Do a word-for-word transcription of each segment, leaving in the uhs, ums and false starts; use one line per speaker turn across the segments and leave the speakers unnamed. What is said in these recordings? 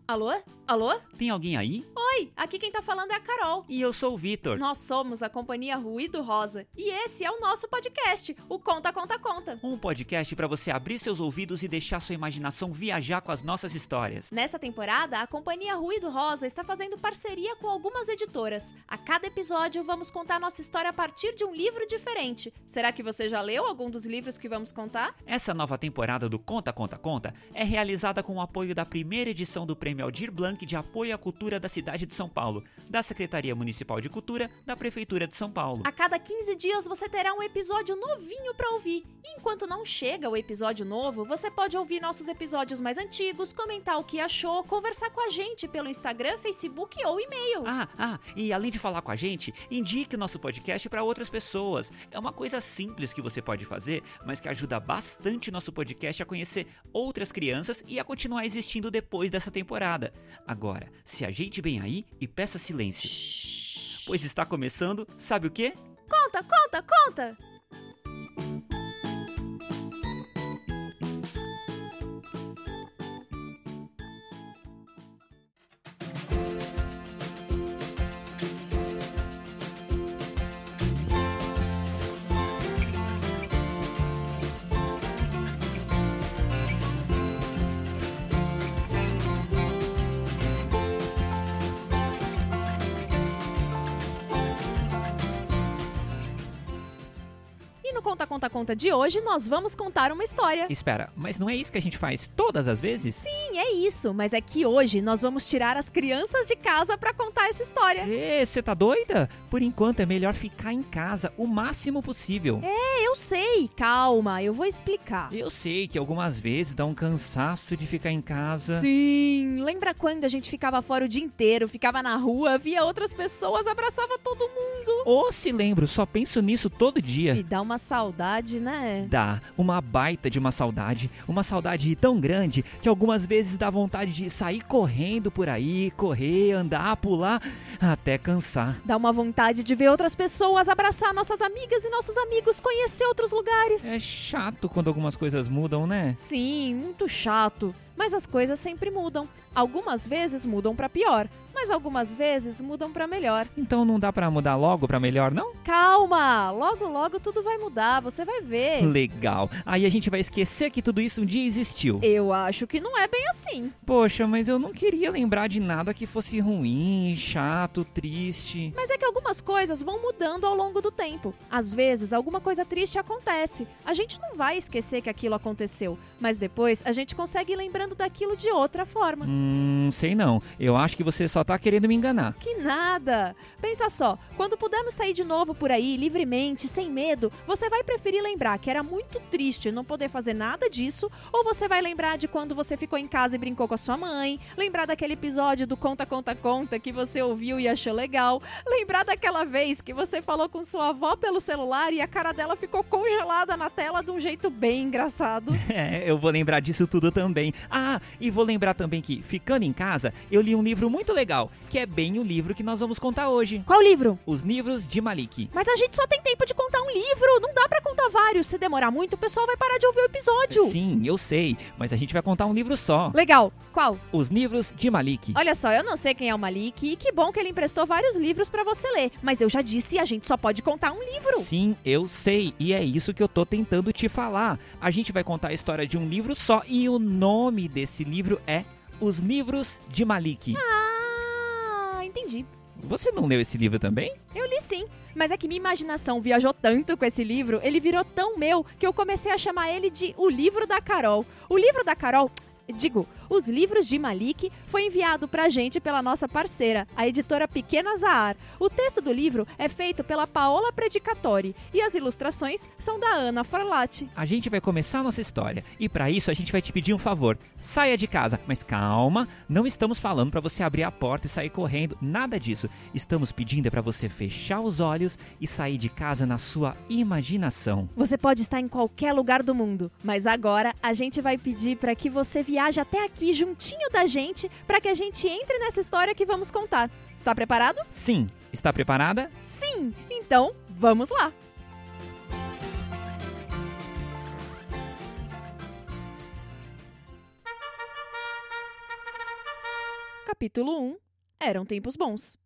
Alô? Alô?
Tem alguém aí?
Oi, aqui quem tá falando é a Carol.
E eu sou o Vitor.
Nós somos a Companhia Ruído Rosa. E esse é o nosso podcast, o Conta, Conta, Conta.
Um podcast pra você abrir seus ouvidos e deixar sua imaginação viajar com as nossas histórias.
Nessa temporada, a Companhia Ruído Rosa está fazendo parceria com algumas editoras. A cada episódio, vamos contar nossa história a partir de um livro diferente. Será que você já leu algum dos livros que vamos contar?
Essa nova temporada do Conta, Conta, Conta é realizada com o apoio da primeira edição do Prêmio Aldir Blanc de Apoio à Cultura da cidade de São Paulo, da Secretaria Municipal de Cultura da Prefeitura de São Paulo.
A cada quinze dias você terá um episódio novinho pra ouvir. E enquanto não chega o episódio novo, você pode ouvir nossos episódios mais antigos, comentar o que achou, conversar com a gente pelo Instagram, Facebook ou e-mail.
Ah, ah, e além de falar com a gente, indique nosso podcast para outras pessoas. É uma coisa simples que você pode fazer, mas que ajuda bastante nosso podcast a conhecer outras crianças e a continuar existindo depois dessa temporada. Agora, se ajeite bem aí e peça silêncio. Shhh. Pois está começando, sabe o quê?
Conta, conta, conta! Conta, Conta, Conta de hoje, nós vamos contar uma história.
Espera, mas não é isso que a gente faz todas as vezes?
Sim, é isso, mas é que hoje nós vamos tirar as crianças de casa pra contar essa história.
Ê, você tá doida? Por enquanto é melhor ficar em casa o máximo possível.
É, eu sei, calma, eu vou explicar.
Eu sei que algumas vezes dá um cansaço de ficar em casa.
Sim, lembra quando a gente ficava fora o dia inteiro, ficava na rua, via outras pessoas, abraçava todo mundo?
Ou se lembro, só penso nisso todo dia.
E dá uma saudade, né?
Dá, uma baita de uma saudade. Uma saudade tão grande que algumas vezes dá vontade de sair correndo por aí, correr, andar, pular, até cansar.
Dá uma vontade de ver outras pessoas, abraçar nossas amigas e nossos amigos, conhecer outros lugares.
É chato quando algumas coisas mudam, né?
Sim, muito chato. Mas as coisas sempre mudam. Algumas vezes mudam pra pior, mas algumas vezes mudam pra melhor.
Então não dá pra mudar logo pra melhor, não?
Calma! Logo, logo tudo vai mudar, você vai ver.
Legal. Aí a gente vai esquecer que tudo isso um dia existiu.
Eu acho que não é bem assim.
Poxa, mas eu não queria lembrar de nada que fosse ruim, chato, triste.
Mas é que algumas coisas vão mudando ao longo do tempo. Às vezes, alguma coisa triste acontece. A gente não vai esquecer que aquilo aconteceu, mas depois a gente consegue ir lembrando daquilo de outra forma.
Hum, sei não. Eu acho que você só tá querendo me enganar.
Que nada! Pensa só, quando pudermos sair de novo por aí, livremente, sem medo, você vai preferir lembrar que era muito triste não poder fazer nada disso, ou você vai lembrar de quando você ficou em casa e brincou com a sua mãe, lembrar daquele episódio do Conta, Conta, Conta que você ouviu e achou legal, lembrar daquela vez que você falou com sua avó pelo celular e a cara dela ficou congelada na tela de um jeito bem engraçado.
É, eu vou lembrar disso tudo também. Ah, e vou lembrar também que, ficando em casa, eu li um livro muito legal, que é bem o livro que nós vamos contar hoje.
Qual livro?
Os Livros de Malik.
Mas a gente só tem tempo de contar um livro, não dá pra contar vários. Se demorar muito, o pessoal vai parar de ouvir o episódio.
Sim, eu sei, mas a gente vai contar um livro só.
Legal, qual?
Os Livros de Malik.
Olha só, eu não sei quem é o Malik e que bom que ele emprestou vários livros pra você ler. Mas eu já disse, a gente só pode contar um livro.
Sim, eu sei, e é isso que eu tô tentando te falar. A gente vai contar a história de um livro só e o nome desse livro é Os Livros de Malik.
Ah, entendi.
Você não leu esse livro também?
Eu li sim, mas é que minha imaginação viajou tanto com esse livro, ele virou tão meu, que eu comecei a chamar ele de O Livro da Carol. O Livro da Carol... Digo, Os Livros de Malik foi enviado pra gente pela nossa parceira, a editora Pequena Zahar. O texto do livro é feito pela Paola Predicatori e as ilustrações são da Ana Forlatti.
A gente vai começar a nossa história e pra isso a gente vai te pedir um favor. Saia de casa, mas calma, não estamos falando pra você abrir a porta e sair correndo, nada disso. Estamos pedindo é pra você fechar os olhos e sair de casa na sua imaginação.
Você pode estar em qualquer lugar do mundo, mas agora a gente vai pedir pra que você viaje até aqui juntinho da gente pra que a gente entre nessa história que vamos contar. Está preparado?
Sim. Está preparada?
Sim. Então, vamos lá. Capítulo um. Eram tempos bons.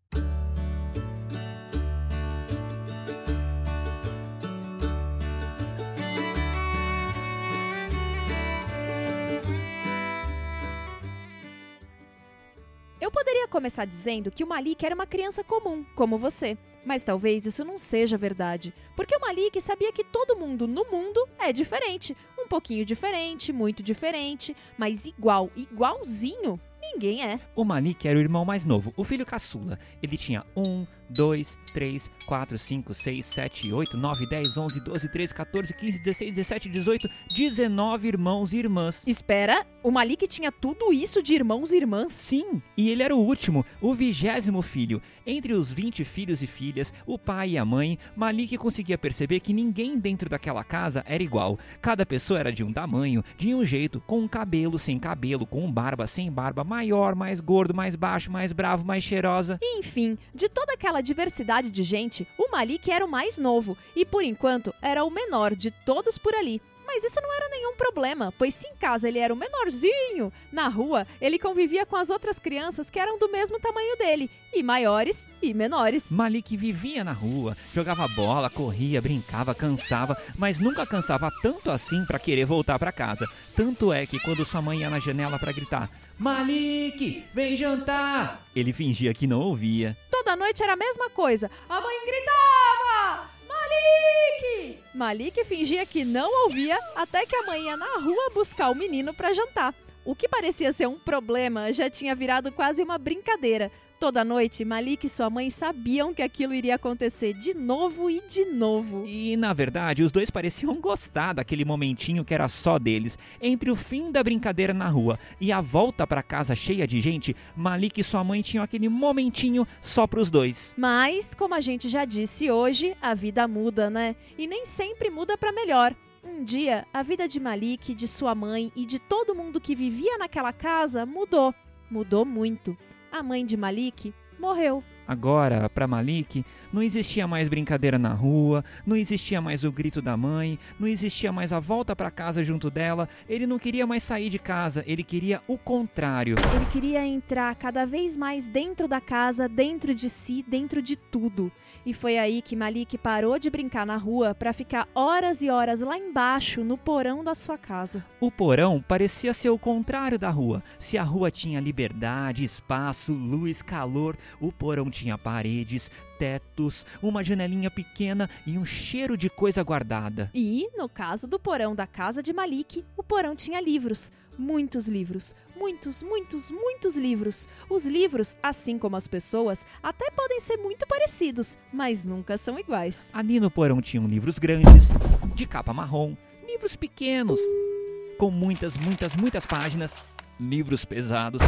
Eu poderia começar dizendo que o Malik era uma criança comum, como você. Mas talvez isso não seja verdade, porque o Malik sabia que todo mundo no mundo é diferente. Um pouquinho diferente, muito diferente, mas igual, igualzinho, ninguém é.
O Malik era o irmão mais novo, o filho caçula. Ele tinha um, dois, três, quatro, cinco, seis, sete, oito, nove, dez, onze, doze, treze, quatorze, quinze, dezesseis, dezessete, dezoito, dezenove irmãos e irmãs.
Espera, o Malik tinha tudo isso de irmãos e irmãs?
Sim, e ele era o último, o vigésimo filho. Entre os vinte filhos e filhas, o pai e a mãe, Malik conseguia perceber que ninguém dentro daquela casa era igual. Cada pessoa era de um tamanho, de um jeito, com um cabelo sem cabelo, com barba sem barba, maior, mais gordo, mais baixo, mais bravo, mais cheirosa.
Enfim, de toda aquela diversidade de gente, o Malik era o mais novo e, por enquanto, era o menor de todos por ali. Mas isso não era nenhum problema, pois se em casa ele era o menorzinho, na rua ele convivia com as outras crianças que eram do mesmo tamanho dele, e maiores e menores.
Malik vivia na rua, jogava bola, corria, brincava, cansava, mas nunca cansava tanto assim para querer voltar para casa. Tanto é que quando sua mãe ia na janela para gritar: "Malik, vem jantar!", ele fingia que não ouvia.
Toda noite era a mesma coisa, a mãe gritava: "Malik!". Malik fingia que não ouvia até que a mãe ia na rua buscar o menino para jantar. O que parecia ser um problema já tinha virado quase uma brincadeira. Toda noite, Malik e sua mãe sabiam que aquilo iria acontecer de novo e de novo.
E, na verdade, os dois pareciam gostar daquele momentinho que era só deles. Entre o fim da brincadeira na rua e a volta para casa cheia de gente, Malik e sua mãe tinham aquele momentinho só pros dois.
Mas, como a gente já disse hoje, a vida muda, né? E nem sempre muda para melhor. Um dia, a vida de Malik, de sua mãe e de todo mundo que vivia naquela casa mudou. Mudou muito. A mãe de Malik morreu.
Agora, para Malik, não existia mais brincadeira na rua, não existia mais o grito da mãe, não existia mais a volta para casa junto dela. Ele não queria mais sair de casa, ele queria o contrário.
Ele queria entrar cada vez mais dentro da casa, dentro de si, dentro de tudo. E foi aí que Malik parou de brincar na rua para ficar horas e horas lá embaixo, no porão da sua casa.
O porão parecia ser o contrário da rua. Se a rua tinha liberdade, espaço, luz, calor, o porão tinha Tinha paredes, tetos, uma janelinha pequena e um cheiro de coisa guardada.
E, no caso do porão da casa de Malik, o porão tinha livros. Muitos livros. Muitos, muitos, muitos livros. Os livros, assim como as pessoas, até podem ser muito parecidos, mas nunca são iguais.
Ali no porão tinham livros grandes, de capa marrom, livros pequenos, com muitas, muitas, muitas páginas, livros pesados,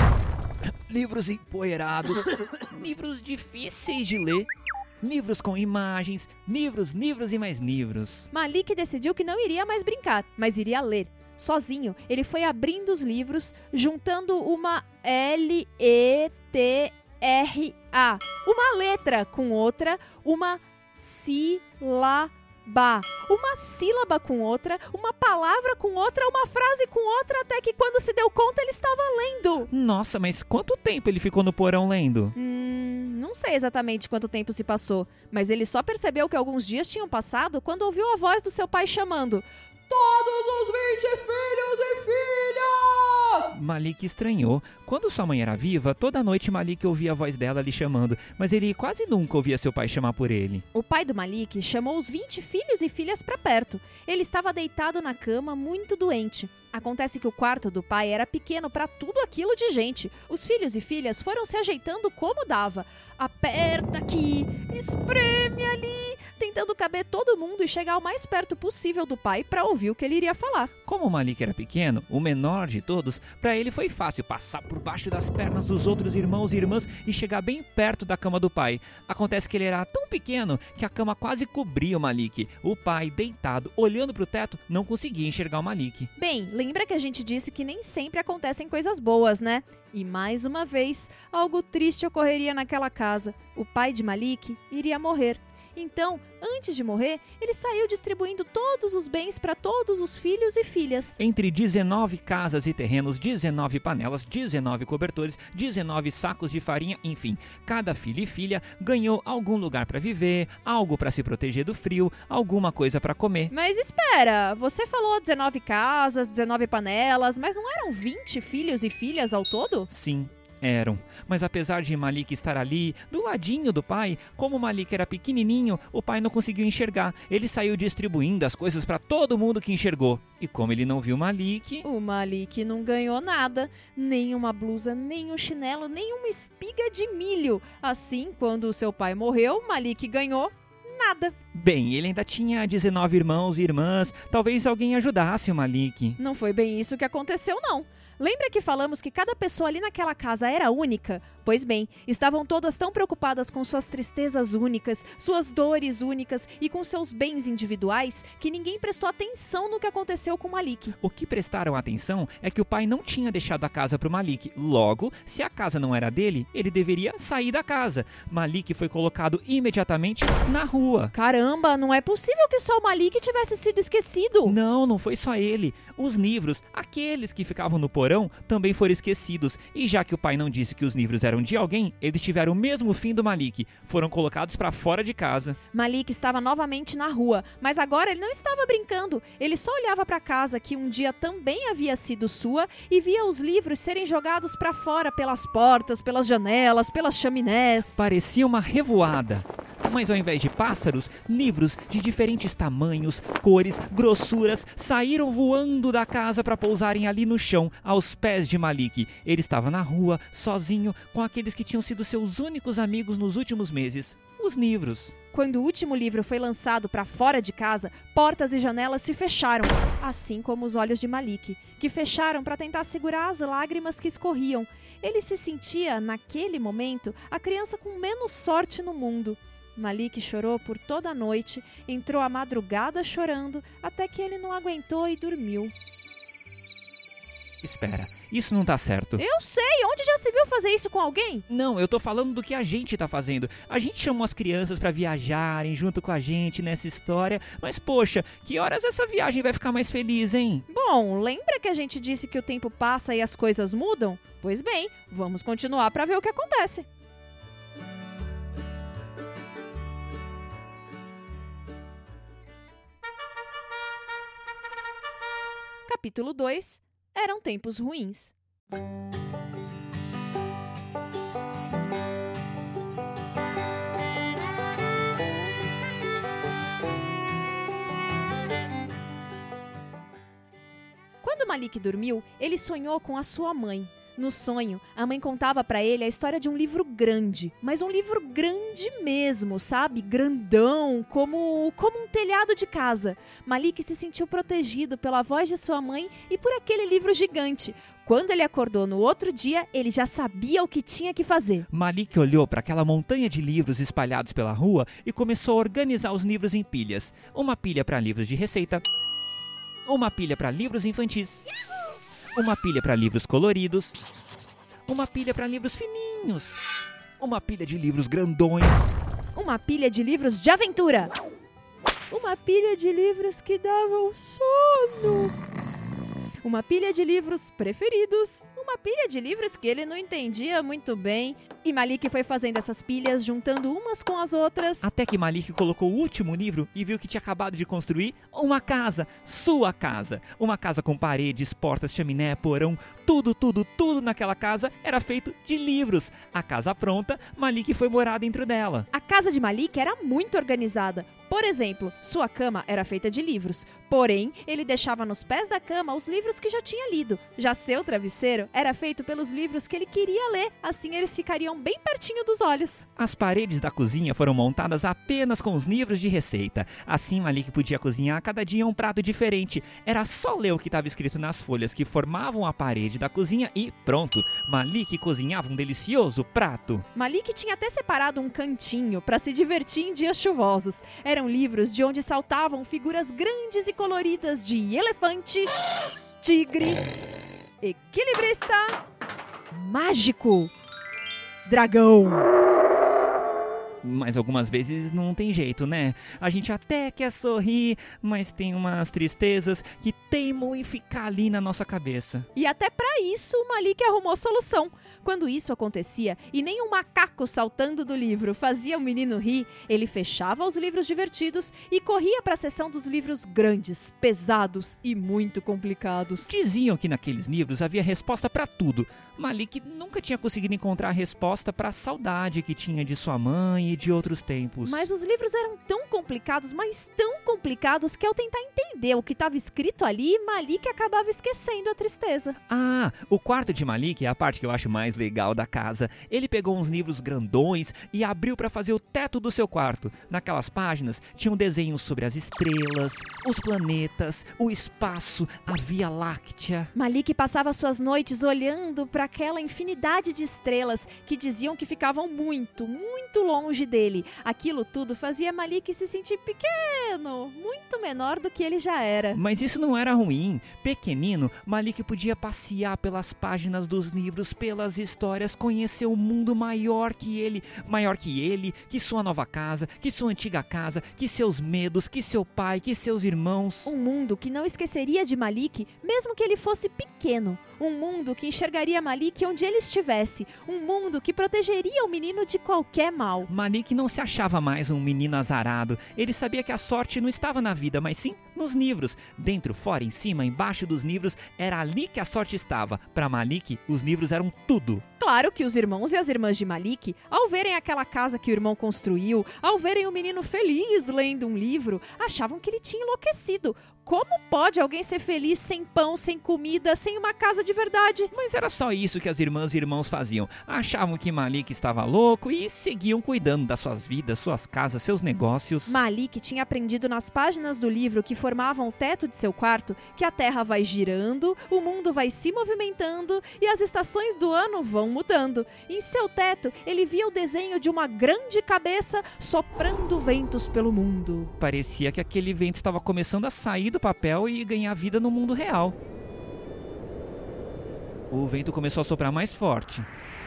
livros empoeirados, livros difíceis de ler, livros com imagens, livros, livros e mais livros.
Malik decidiu que não iria mais brincar, mas iria ler. Sozinho, ele foi abrindo os livros, juntando uma L E T R A, uma letra com outra, uma sílaba. Uma sílaba com outra, uma palavra com outra, uma frase com outra, até que quando se deu conta ele estava lendo.
Nossa, mas quanto tempo ele ficou no porão lendo?
Hum, não sei exatamente quanto tempo se passou, mas ele só percebeu que alguns dias tinham passado quando ouviu a voz do seu pai chamando: "Todos os vinte filhos e filhas!"
Malik estranhou. Quando sua mãe era viva, toda noite Malik ouvia a voz dela lhe chamando, mas ele quase nunca ouvia seu pai chamar por ele.
O pai do Malik chamou os vinte filhos e filhas para perto. Ele estava deitado na cama, muito doente. Acontece que o quarto do pai era pequeno para tudo aquilo de gente. Os filhos e filhas foram se ajeitando como dava. Aperta aqui, espreme ali, tentando caber todo mundo e chegar o mais perto possível do pai para ouvir o que ele iria falar.
Como o Malik era pequeno, o menor de todos, para ele foi fácil passar por baixo das pernas dos outros irmãos e irmãs e chegar bem perto da cama do pai. Acontece que ele era tão pequeno que a cama quase cobria o Malik. O pai, deitado, olhando para o teto, não conseguia enxergar o Malik.
Bem, lembra que a gente disse que nem sempre acontecem coisas boas, né? E mais uma vez, algo triste ocorreria naquela casa. O pai de Malik iria morrer. Então, antes de morrer, ele saiu distribuindo todos os bens para todos os filhos e filhas.
Entre dezenove casas e terrenos, dezenove panelas, dezenove cobertores, dezenove sacos de farinha, enfim, cada filho e filha ganhou algum lugar para viver, algo para se proteger do frio, alguma coisa para comer.
Mas espera, você falou dezenove casas, dezenove panelas, mas não eram vinte filhos e filhas ao todo?
Sim. Eram, mas apesar de Malik estar ali, do ladinho do pai, como Malik era pequenininho, o pai não conseguiu enxergar. Ele saiu distribuindo as coisas para todo mundo que enxergou. E como ele não viu Malik...
O Malik não ganhou nada, nem uma blusa, nem um chinelo, nem uma espiga de milho. Assim, quando o seu pai morreu, Malik ganhou nada.
Bem, ele ainda tinha dezenove irmãos e irmãs, talvez alguém ajudasse o Malik.
Não foi bem isso que aconteceu, não. Lembra que falamos que cada pessoa ali naquela casa era única? Pois bem, estavam todas tão preocupadas com suas tristezas únicas, suas dores únicas e com seus bens individuais que ninguém prestou atenção no que aconteceu com Malik.
O que prestaram atenção é que o pai não tinha deixado a casa para o Malik. Logo, se a casa não era dele, ele deveria sair da casa. Malik foi colocado imediatamente na rua.
Caramba, não é possível que só o Malik tivesse sido esquecido.
Não, não foi só ele. Os livros, aqueles que ficavam no porão, também foram esquecidos. E já que o pai não disse que os livros eram de alguém, eles tiveram o mesmo fim do Malik. Foram colocados para fora de casa.
Malik estava novamente na rua, mas agora ele não estava brincando. Ele só olhava para a casa que um dia também havia sido sua e via os livros serem jogados para fora pelas portas, pelas janelas, pelas chaminés.
Parecia uma revoada. Mas ao invés de pássaros, livros de diferentes tamanhos, cores, grossuras saíram voando da casa para pousarem ali no chão, aos pés de Malik. Ele estava na rua, sozinho, com aqueles que tinham sido seus únicos amigos nos últimos meses, os livros.
Quando o último livro foi lançado para fora de casa, portas e janelas se fecharam, assim como os olhos de Malik, que fecharam para tentar segurar as lágrimas que escorriam. Ele se sentia, naquele momento, a criança com menos sorte no mundo. Malik chorou por toda a noite, entrou à madrugada chorando, até que ele não aguentou e dormiu.
Espera, isso não tá certo.
Eu sei, onde já se viu fazer isso com alguém?
Não, eu tô falando do que a gente tá fazendo. A gente chamou as crianças pra viajarem junto com a gente nessa história, mas poxa, que horas essa viagem vai ficar mais feliz, hein?
Bom, lembra que a gente disse que o tempo passa e as coisas mudam? Pois bem, vamos continuar pra ver o que acontece. Capítulo dois. Eram tempos ruins. Quando Malik dormiu, ele sonhou com a sua mãe. No sonho, a mãe contava pra ele a história de um livro grande, mas um livro grande mesmo, sabe? Grandão, como, como um telhado de casa. Malik se sentiu protegido pela voz de sua mãe e por aquele livro gigante. Quando ele acordou no outro dia, ele já sabia o que tinha que fazer.
Malik olhou para aquela montanha de livros espalhados pela rua e começou a organizar os livros em pilhas. Uma pilha para livros de receita, uma pilha para livros infantis, uma pilha para livros coloridos, uma pilha para livros fininhos, uma pilha de livros grandões,
uma pilha de livros de aventura, uma pilha de livros que davam sono, uma pilha de livros preferidos, uma pilha de livros que ele não entendia muito bem. E Malik foi fazendo essas pilhas, juntando umas com as outras.
Até que Malik colocou o último livro e viu que tinha acabado de construir uma casa, sua casa. Uma casa com paredes, portas, chaminé, porão, tudo, tudo, tudo naquela casa era feito de livros. A casa pronta, Malik foi morar dentro dela.
A casa de Malik era muito organizada. Por exemplo, sua cama era feita de livros, porém, ele deixava nos pés da cama os livros que já tinha lido. Já seu travesseiro era feito pelos livros que ele queria ler, assim eles ficariam bem pertinho dos olhos.
As paredes da cozinha foram montadas apenas com os livros de receita. Assim, Malik podia cozinhar cada dia um prato diferente. Era só ler o que estava escrito nas folhas que formavam a parede da cozinha e pronto, Malik cozinhava um delicioso prato.
Malik tinha até separado um cantinho para se divertir em dias chuvosos. Era Eram livros de onde saltavam figuras grandes e coloridas de elefante, tigre, equilibrista, mágico, dragão,
Mas algumas vezes não tem jeito, né? A gente até quer sorrir, mas tem umas tristezas que teimam em ficar ali na nossa cabeça.
E até pra isso o Malik arrumou solução. Quando isso acontecia e nem um macaco saltando do livro fazia o menino rir, ele fechava os livros divertidos e corria para a seção dos livros grandes, pesados e muito complicados.
Diziam que naqueles livros havia resposta para tudo. Malik nunca tinha conseguido encontrar a resposta para a saudade que tinha de sua mãe e de outros tempos.
Mas os livros eram tão complicados, mas tão complicados que ao tentar entender o que estava escrito ali, Malik acabava esquecendo a tristeza.
Ah, o quarto de Malik é a parte que eu acho mais legal da casa. Ele pegou uns livros grandões e abriu para fazer o teto do seu quarto. Naquelas páginas tinham desenhos sobre as estrelas, os planetas, o espaço, a Via Láctea.
Malik passava suas noites olhando para aquela infinidade de estrelas que diziam que ficavam muito, muito longe dele. Aquilo tudo fazia Malik se sentir pequeno, muito menor do que ele já era.
Mas isso não era ruim. Pequenino, Malik podia passear pelas páginas dos livros, pelas histórias, conhecer um mundo maior que ele, maior que ele, que sua nova casa, que sua antiga casa, que seus medos, que seu pai, que seus irmãos.
Um mundo que não esqueceria de Malik, mesmo que ele fosse pequeno. Um mundo que enxergaria Malik onde ele estivesse. Um mundo que protegeria o menino de qualquer mal.
Malik não se achava mais um menino azarado. Ele sabia que a sorte não estava na vida, mas sim nos livros. Dentro, fora, em cima, embaixo dos livros, era ali que a sorte estava. Para Malik, os livros eram tudo.
Claro que os irmãos e as irmãs de Malik, ao verem aquela casa que o irmão construiu, ao verem o menino feliz lendo um livro, achavam que ele tinha enlouquecido. Como pode alguém ser feliz sem pão, sem comida, sem uma casa de verdade?
Mas era só isso que as irmãs e irmãos faziam. Achavam que Malik estava louco e seguiam cuidando das suas vidas, suas casas, seus negócios.
Malik tinha aprendido nas páginas do livro que formavam o teto de seu quarto que a terra vai girando, o mundo vai se movimentando e as estações do ano vão mudando. Em seu teto, ele via o desenho de uma grande cabeça soprando ventos pelo mundo.
Parecia que aquele vento estava começando a sair do papel e ganhar vida no mundo real. O vento começou a soprar mais forte.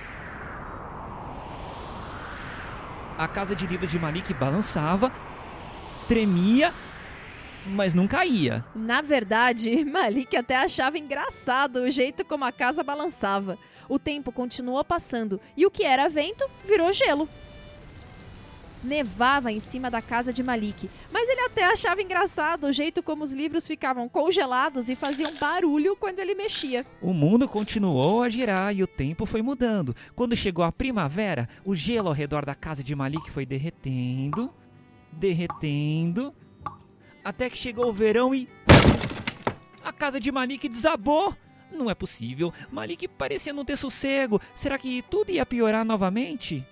A casa de livros de Malik balançava, tremia, mas não caía.
Na verdade, Malik até achava engraçado o jeito como a casa balançava. O tempo continuou passando e o que era vento virou gelo. Nevava em cima da casa de Malik, mas ele até achava engraçado o jeito como os livros ficavam congelados e faziam barulho quando ele mexia.
O mundo continuou a girar e o tempo foi mudando. Quando chegou a primavera, o gelo ao redor da casa de Malik foi derretendo, derretendo, até que chegou o verão e... a casa de Malik desabou! Não é possível, Malik parecia não ter sossego. Será que tudo ia piorar novamente?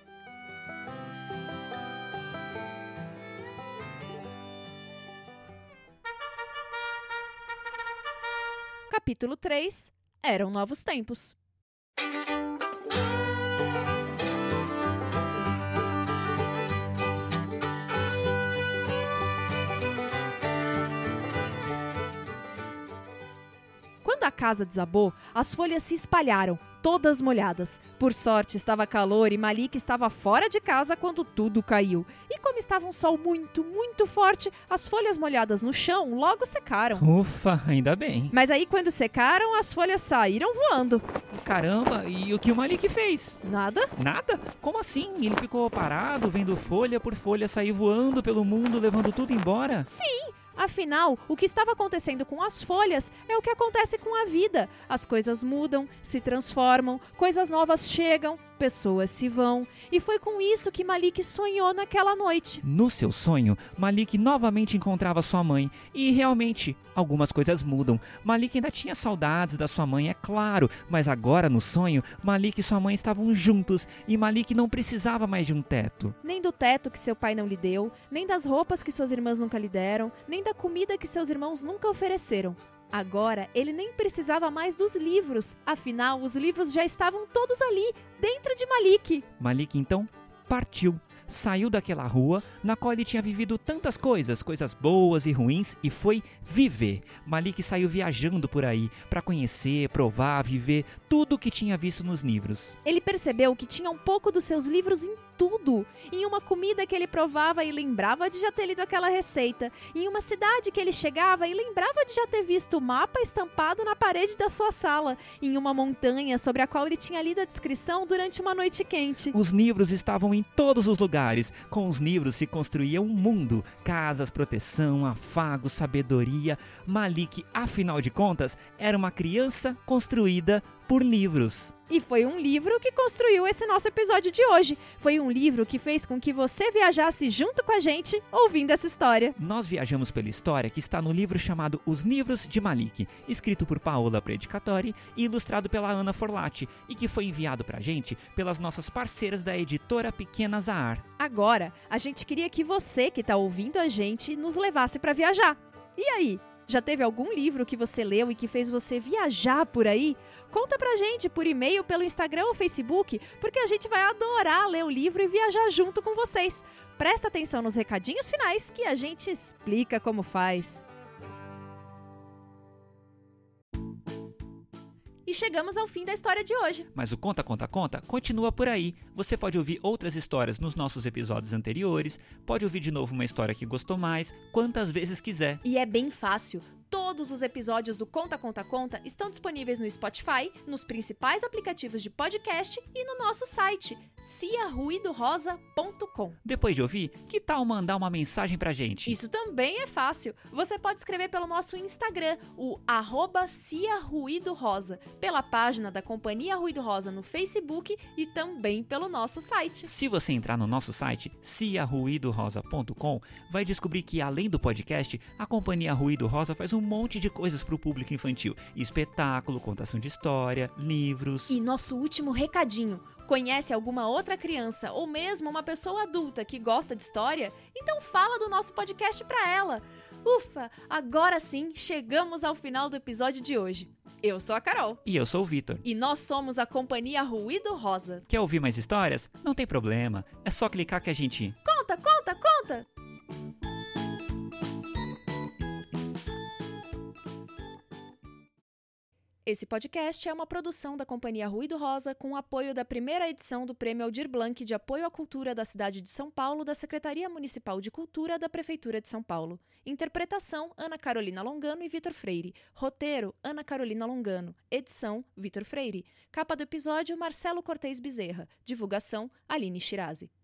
Capítulo três. Eram novos tempos. Quando a casa desabou, as folhas se espalharam, todas molhadas. Por sorte, estava calor e Malik estava fora de casa quando tudo caiu. E como estava um sol muito, muito forte, as folhas molhadas no chão logo secaram.
Ufa, ainda bem.
Mas aí, quando secaram, as folhas saíram voando.
Caramba, e o que o Malik fez?
Nada?
Nada? Como assim? Ele ficou parado, vendo folha por folha sair voando pelo mundo, levando tudo embora?
Sim! Afinal, o que estava acontecendo com as folhas é o que acontece com a vida. As coisas mudam, se transformam, coisas novas chegam, pessoas se vão. E foi com isso que Malik sonhou naquela noite.
No seu sonho, Malik novamente encontrava sua mãe. E realmente, algumas coisas mudam. Malik ainda tinha saudades da sua mãe, é claro. Mas agora, no sonho, Malik e sua mãe estavam juntos. E Malik não precisava mais de um teto.
Nem do teto que seu pai não lhe deu, nem das roupas que suas irmãs nunca lhe deram, nem da comida que seus irmãos nunca ofereceram. Agora, ele nem precisava mais dos livros. Afinal, os livros já estavam todos ali, dentro de Malik.
Malik, então, partiu. Saiu daquela rua na qual ele tinha vivido tantas coisas, coisas boas e ruins, e foi viver. Malik saiu viajando por aí para conhecer, provar, viver tudo o que tinha visto nos livros.
Ele percebeu que tinha um pouco dos seus livros em tudo. Em uma comida que ele provava e lembrava de já ter lido aquela receita. Em uma cidade que ele chegava e lembrava de já ter visto o mapa estampado na parede da sua sala. Em uma montanha sobre a qual ele tinha lido a descrição durante uma noite quente.
Os livros estavam em todos os lugares. Com os livros se construía um mundo. Casas, proteção, afago, sabedoria. Malik, afinal de contas, era uma criança construída por livros.
E foi um livro que construiu esse nosso episódio de hoje. Foi um livro que fez com que você viajasse junto com a gente ouvindo essa história.
Nós viajamos pela história que está no livro chamado Os Livros de Malik, escrito por Paola Predicatori e ilustrado pela Ana Forlati, e que foi enviado pra gente pelas nossas parceiras da editora Pequena Zahar.
Agora, a gente queria que você que está ouvindo a gente nos levasse para viajar. E aí? Já teve algum livro que você leu e que fez você viajar por aí? Conta pra gente por e-mail, pelo Instagram ou Facebook, porque a gente vai adorar ler o livro e viajar junto com vocês. Presta atenção nos recadinhos finais que a gente explica como faz. E chegamos ao fim da história de hoje.
Mas o Conta, Conta, Conta continua por aí. Você pode ouvir outras histórias nos nossos episódios anteriores, pode ouvir de novo uma história que gostou mais, quantas vezes quiser.
E é bem fácil. Todos os episódios do Conta, Conta, Conta estão disponíveis no Spotify, nos principais aplicativos de podcast e no nosso site, cia ruído rosa ponto com.
Depois de ouvir, que tal mandar uma mensagem pra gente?
Isso também é fácil. Você pode escrever pelo nosso Instagram, o arroba cia ruído rosa, pela página da Companhia Ruído Rosa no Facebook e também pelo nosso site.
Se você entrar no nosso site, cia ruído rosa ponto com, vai descobrir que, além do podcast, a Companhia Ruído Rosa faz um monte de coisas para o público infantil. Espetáculo, contação de história, livros...
E nosso último recadinho. Conhece alguma outra criança ou mesmo uma pessoa adulta que gosta de história? Então fala do nosso podcast para ela. Ufa, agora sim chegamos ao final do episódio de hoje. Eu sou a Carol.
E eu sou o Vitor.
E nós somos a Companhia Ruído Rosa.
Quer ouvir mais histórias? Não tem problema. É só clicar que a gente...
Conta, conta, conta! Esse podcast é uma produção da Companhia Ruído Rosa com o apoio da primeira edição do Prêmio Aldir Blanc de Apoio à Cultura da cidade de São Paulo da Secretaria Municipal de Cultura da Prefeitura de São Paulo. Interpretação, Ana Carolina Longano e Vitor Freire. Roteiro, Ana Carolina Longano. Edição, Vitor Freire. Capa do episódio, Marcelo Cortez Bezerra. Divulgação, Aline Shirazi.